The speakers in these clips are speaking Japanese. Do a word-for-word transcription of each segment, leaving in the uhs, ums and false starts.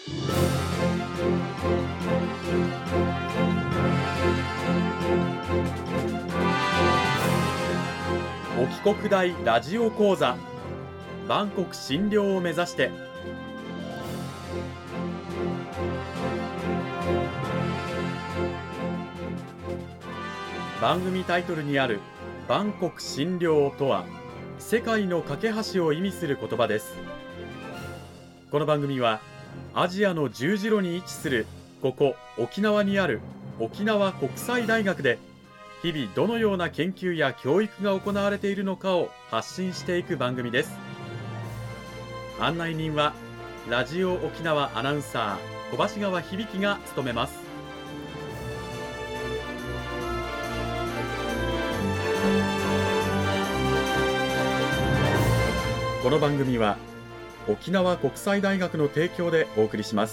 沖国大ラジオ講座、万国診療を目指して。番組タイトルにある万国診療とは、世界の架け橋を意味する言葉です。この番組はアジアの十字路に位置するここ沖縄にある沖縄国際大学で、日々どのような研究や教育が行われているのかを発信していく番組です。案内人はラジオ沖縄アナウンサー小橋川響が務めます。この番組は沖縄国際大学の提供でお送りします。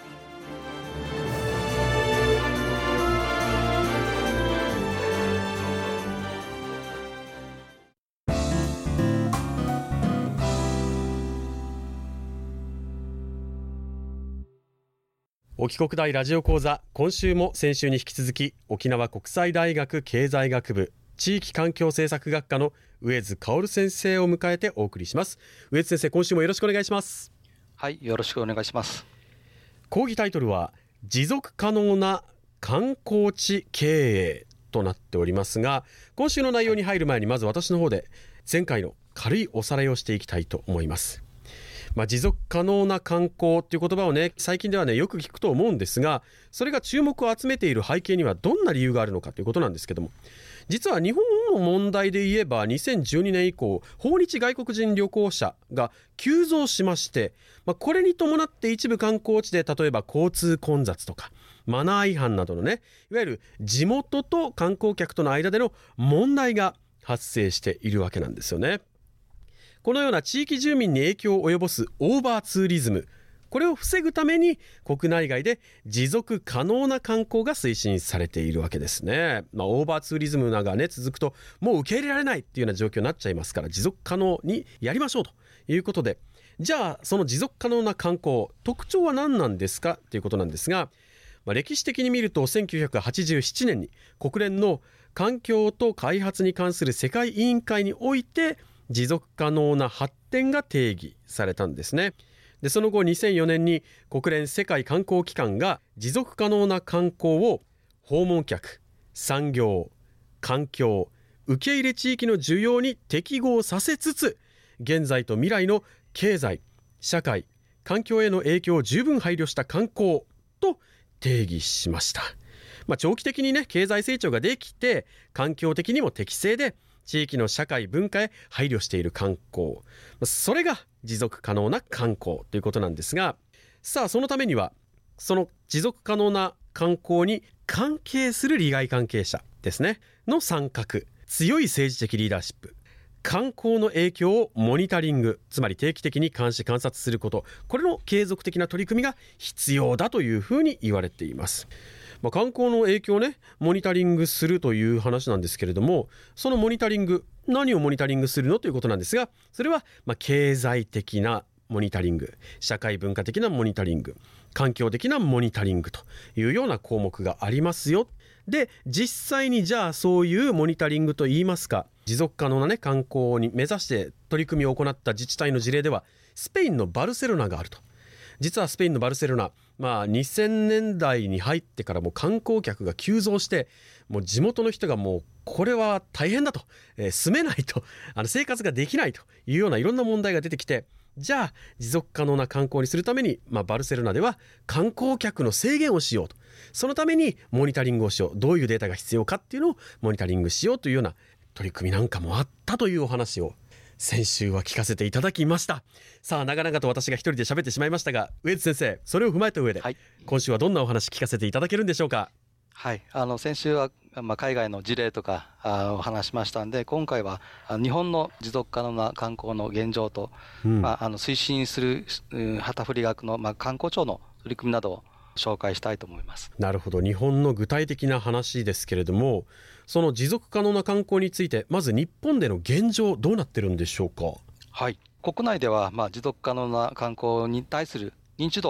沖国大ラジオ講座、今週も先週に引き続き沖縄国際大学経済学部地域環境政策学科の上津薫先生を迎えてお送りします。上津先生、今週もよろしくお願いします。 はい、よろしくお願いします。 講義タイトルは持続可能な観光地経営となっておりますが、今週の内容に入る前にまず私の方で前回の軽いおさらいをしていきたいと思います。まあ、持続可能な観光という言葉をね、最近ではねよく聞くと思うんですが、それが注目を集めている背景にはどんな理由があるのかということなんですけども、実は日本の問題で言えばにせんじゅうにねん以降、訪日外国人旅行者が急増しまして、まあ、これに伴って一部観光地で例えば交通混雑とかマナー違反などのね、いわゆる地元と観光客との間での問題が発生しているわけなんですよね。このような地域住民に影響を及ぼすオーバーツーリズム、これを防ぐために国内外で持続可能な観光が推進されているわけですね。まあ、オーバーツーリズムがね続くともう受け入れられないっていうような状況になっちゃいますから、持続可能にやりましょうということで、じゃあその持続可能な観光、特徴は何なんですかということなんですが、まあ、歴史的に見るとせんきゅうひゃくはちじゅうななねんに国連の環境と開発に関する世界委員会において持続可能な発展が定義されたんですね。でその後にせんよねんに国連世界観光機関が持続可能な観光を訪問客、産業、環境、受け入れ地域の需要に適合させつつ、現在と未来の経済、社会、環境への影響を十分配慮した観光と定義しました。まあ、長期的にね経済成長ができて環境的にも適正で地域の社会文化へ配慮している観光、それが持続可能な観光ということなんですが、さあそのためにはその持続可能な観光に関係する利害関係者ですねの参画、強い政治的リーダーシップ、観光の影響をモニタリング、つまり定期的に監視観察すること、これの継続的な取り組みが必要だというふうに言われています。まあ、観光の影響をねモニタリングするという話なんですけれども、そのモニタリング、何をモニタリングするのということなんですが、それはまあ経済的なモニタリング、社会文化的なモニタリング、環境的なモニタリングというような項目がありますよ。で実際にじゃあそういうモニタリングといいますか、持続可能な、ね、観光に目指して取り組みを行った自治体の事例ではスペインのバルセロナがあると。実はスペインのバルセロナ、まあ、にせんねんだいに入ってからもう観光客が急増して、もう地元の人がもうこれは大変だと、えー、住めないと、あの生活ができないというようないろんな問題が出てきて、じゃあ持続可能な観光にするために、まあ、バルセロナでは観光客の制限をしようと、そのためにモニタリングをしよう、どういうデータが必要かっていうのをモニタリングしようというような取り組みなんかもあったというお話を先週は聞かせていただきました。さあ長々と私が一人で喋ってしまいましたが、上津先生、それを踏まえた上で、はい、今週はどんなお話聞かせていただけるんでしょうか。 はい、あの先週は、まあ、海外の事例とかあお話しましたんで、今回は日本の持続可能な観光の現状と、うんまあ、あの推進する、うん、旗振り学の、まあ、観光庁の取り組みなどを紹介したいと思います。 なるほど、日本の具体的な話ですけれども、その持続可能な観光についてまず日本での現状どうなってるんでしょうか。 はい、国内では、まあ、持続可能な観光に対する認知度は比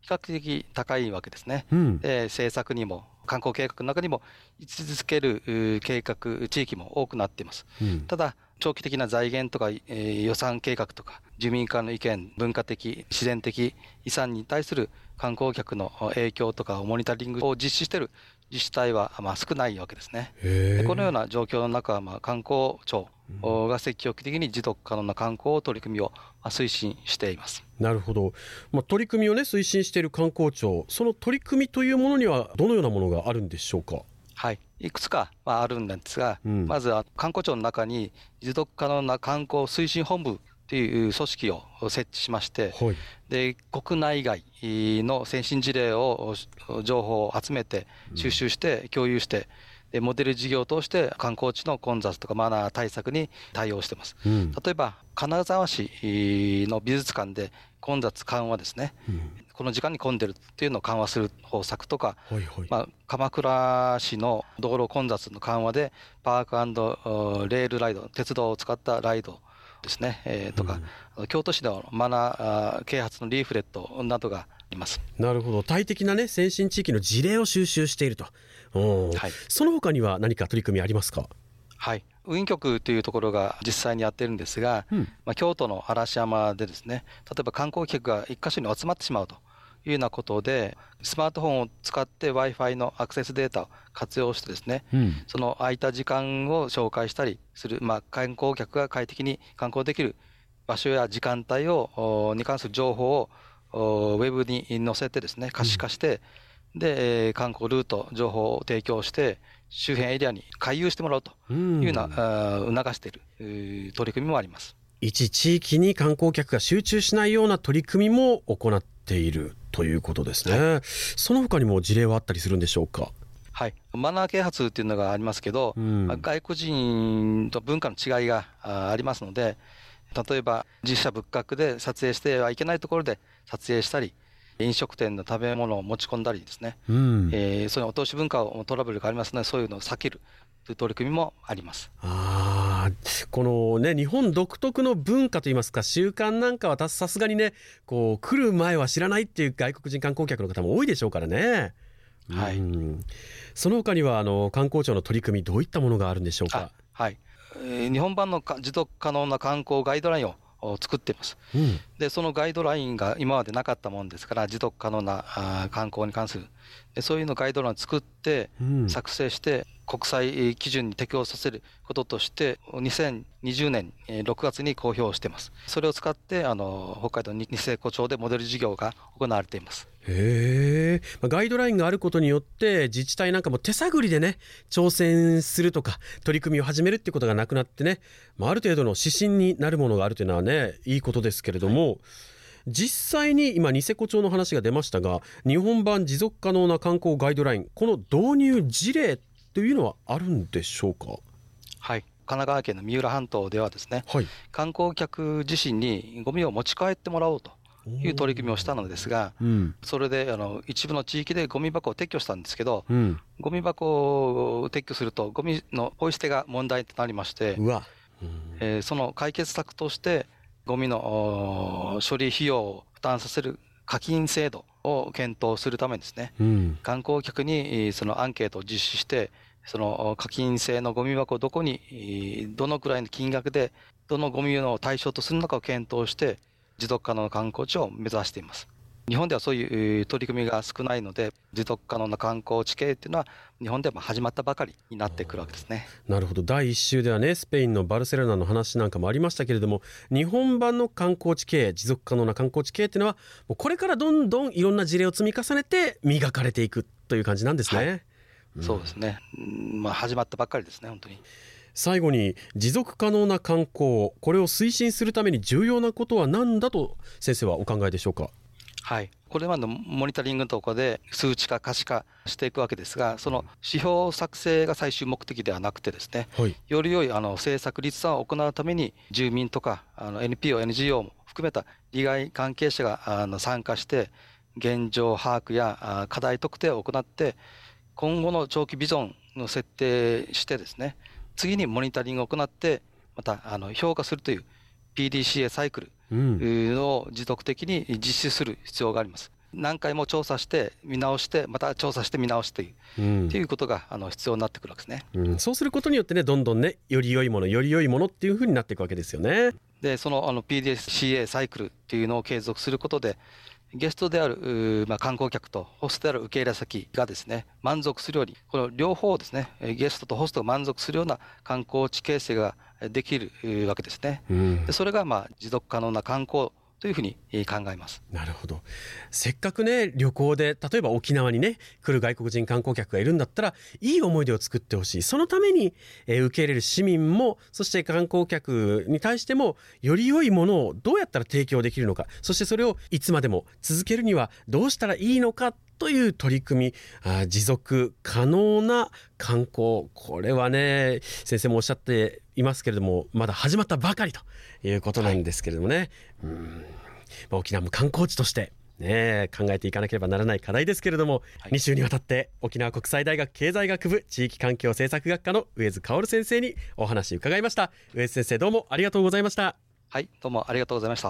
較的高いわけですね。 うん、 で政策にも観光計画の中にも位置づける計画地域も多くなっています。 うん、 ただ長期的な財源とか、えー、予算計画とか住民間の意見、文化的自然的遺産に対する観光客の影響とかモニタリングを実施している自治体はまあ少ないわけですね。でこのような状況の中、まあ、観光庁が積極的に持続可能な観光取り組みを推進しています。 なるほど、まあ、取り組みを、ね、推進している観光庁、その取り組みというものにはどのようなものがあるんでしょうか。 はい、いくつかあるんですが、 うん、まずは観光庁の中に持続可能な観光推進本部という組織を設置しまして、 はい、 で国内外の先進事例を情報を集めて収集して共有して、でモデル事業を通して観光地の混雑とかマナー対策に対応しています。うん、例えば金沢市の美術館で混雑緩和ですね、うん、この時間に混んでるっていうのを緩和する方策とか、はいはい、まあ、鎌倉市の道路混雑の緩和でパーク&レールライド、鉄道を使ったライドですね、えー、とか、うん、京都市のマナー啓発のリーフレットなどがあります。 なるほど、大的な、ね、先進地域の事例を収集していると。はい、その他には何か取り組みありますか。 はい、運輸局というところが実際にやってるんですが、うん、まあ、京都の嵐山でですね、例えば観光客が一箇所に集まってしまうというようなことで、スマートフォンを使って Wi-Fi のアクセスデータを活用してですね、うん、その空いた時間を紹介したりする、まあ、観光客が快適に観光できる場所や時間帯をに関する情報をウェブに載せてですね、可視化して、うん、で観光ルート情報を提供して周辺エリアに回遊してもらうというような、うん、促している取り組みもあります。 一地域に観光客が集中しないような取り組みも行っているということですね。はい、その他にも事例はあったりするんでしょうか。 はい、マナー啓発っていうのがありますけど、うん、外国人と文化の違いがありますので、例えば実写仏閣で撮影してはいけないところで撮影したり、飲食店の食べ物を持ち込んだりですね、うん、えー、そういうお通し文化をトラブルがありますので、そういうのを避けるという取り組みもあります。 あこのね、日本独特の文化といいますか習慣なんかはさすがにね、こう来る前は知らないっていう外国人観光客の方も多いでしょうからね。はい、うん、その他にはあの観光庁の取り組み、どういったものがあるんでしょうか。 はい、えー、日本版の持続可能な観光ガイドラインを作っています。うん、でそのガイドラインが今までなかったもんですから、持続可能なあ観光に関するでそういうのガイドラインを作って作成して、うん、国際基準に適用させることとしてにせんにじゅうねんろくがつに公表しています。それを使ってあの北海道ニセコ町でモデル事業が行われています。 へー、ガイドラインがあることによって自治体なんかも手探りでね挑戦するとか取り組みを始めるっていうことがなくなってね、まあ、ある程度の指針になるものがあるというのはねいいことですけれども、はい、実際に今ニセコ町の話が出ましたが、日本版持続可能な観光ガイドライン、この導入事例というのはあるんでしょうか。 はい、神奈川県の三浦半島ではですね、はい、観光客自身にゴミを持ち帰ってもらおうという取り組みをしたのですが、うん、それであの一部の地域でゴミ箱を撤去したんですけど、うん、ゴミ箱を撤去するとゴミのポイ捨てが問題となりまして、うわ、うん、えー、その解決策としてゴミの処理費用を負担させる課金制度を検討するためにですね、うん、観光客にそのアンケートを実施して、その課金制のゴミ箱をどこにどのくらいの金額でどのゴミの対象とするのかを検討して持続可能な観光地を目指しています。日本ではそういう取り組みが少ないので、持続可能な観光地経営っていうのは日本でも始まったばかりになってくるわけですね。 なるほど。だいいっ週ではねスペインのバルセロナの話なんかもありましたけれども、日本版の観光地経営、持続可能な観光地経営っていうのはもうこれからどんどんいろんな事例を積み重ねて磨かれていくという感じなんですね。はい、 うん、そうですね、まあ、始まったばっかりですね本当に。 最後に持続可能な観光、これを推進するために重要なことは何だと先生はお考えでしょうか。 はい、これまでのモニタリングとかで数値化可視化していくわけですが、その指標作成が最終目的ではなくてですね、はい、より良いあの政策立案を行うために住民とかあの エヌピーオー、エヌジーオー も含めた利害関係者があの参加して現状把握や課題特定を行って、今後の長期ビジョンの設定してですね、次にモニタリングを行ってまたあの評価するという ピーディーシーエー サイクルを持続的に実施する必要があります。 何回も調査して見直してまた調査して見直すという、うん、ということがあの必要になってくるわけですね、 うん、そうすることによってねどんどんねより良いものより良いものっていう風になっていくわけですよね。 でそのあの ピーディーエスシーエー サイクルっていうのを継続することでゲストである、まあ、観光客とホストである受け入れ先がですね満足するようにこの両方ですねゲストとホストが満足するような観光地形成ができるわけですね、うん、でそれがまあ持続可能な観光というふうに考えます。 なるほど。せっかくね旅行で例えば沖縄にね来る外国人観光客がいるんだったらいい思い出を作ってほしい。そのために、えー、受け入れる市民もそして観光客に対してもより良いものをどうやったら提供できるのか、そしてそれをいつまでも続けるにはどうしたらいいのかという取り組み、あ持続可能な観光、これはね先生もおっしゃっていますけれどもまだ始まったばかりということなんですけれどもね、はい、うん沖縄も観光地としてね考えていかなければならない課題ですけれども、はい、に週にわたって沖縄国際大学経済学部地域環境政策学科の上津薫先生にお話伺いました。上津先生どうもありがとうございました。 はい、どうもありがとうございました。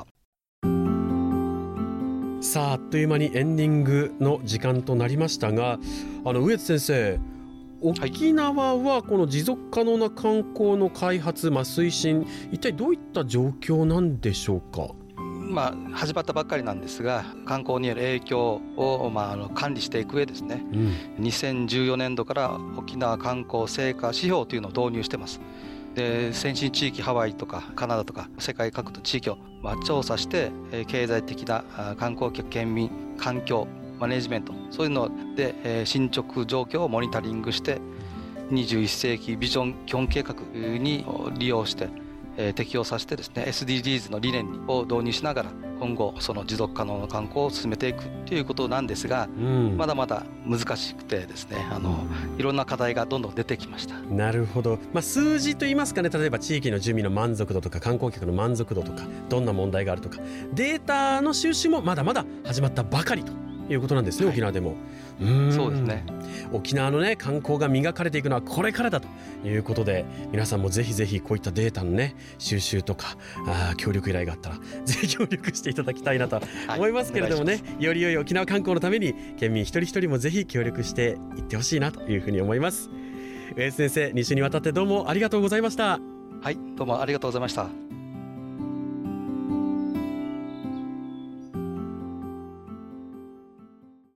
さああっという間にエンディングの時間となりましたが、あの上津先生沖縄はこの持続可能な観光の開発、まあ、推進一体どういった状況なんでしょうか。 まあ、始まったばっかりなんですが観光による影響を、まあ、あの管理していく上ですね、うん、にせんじゅうよねんどから沖縄観光成果指標というのを導入してます。で先進地域ハワイとかカナダとか世界各地域を、まあ、調査して経済的な観光客県民環境マネジメントそういうので、えー、進捗状況をモニタリングしてにじゅういっせいきビジョン基本計画に利用してえー、適用させてですね エスディージーズ の理念を導入しながら今後その持続可能な観光を進めていくということなんですが、うん、まだまだ難しくてですねあの、うん、いろんな課題がどんどん出てきました。 なるほど、まあ、数字といいますかね例えば地域の住民の満足度とか観光客の満足度とかどんな問題があるとかデータの収集もまだまだ始まったばかりということなんですね、はい、沖縄でも。うーんそうですね。 沖縄のね観光が磨かれていくのはこれからだということで皆さんもぜひぜひこういったデータのね収集とかあ協力依頼があったらぜひ協力していただきたいなと思いますけれどもね、はい、より良い沖縄観光のために県民一人一人もぜひ協力していってほしいなというふうに思います。上津先生に週にわたってどうもありがとうございました。 はい、どうもありがとうございました。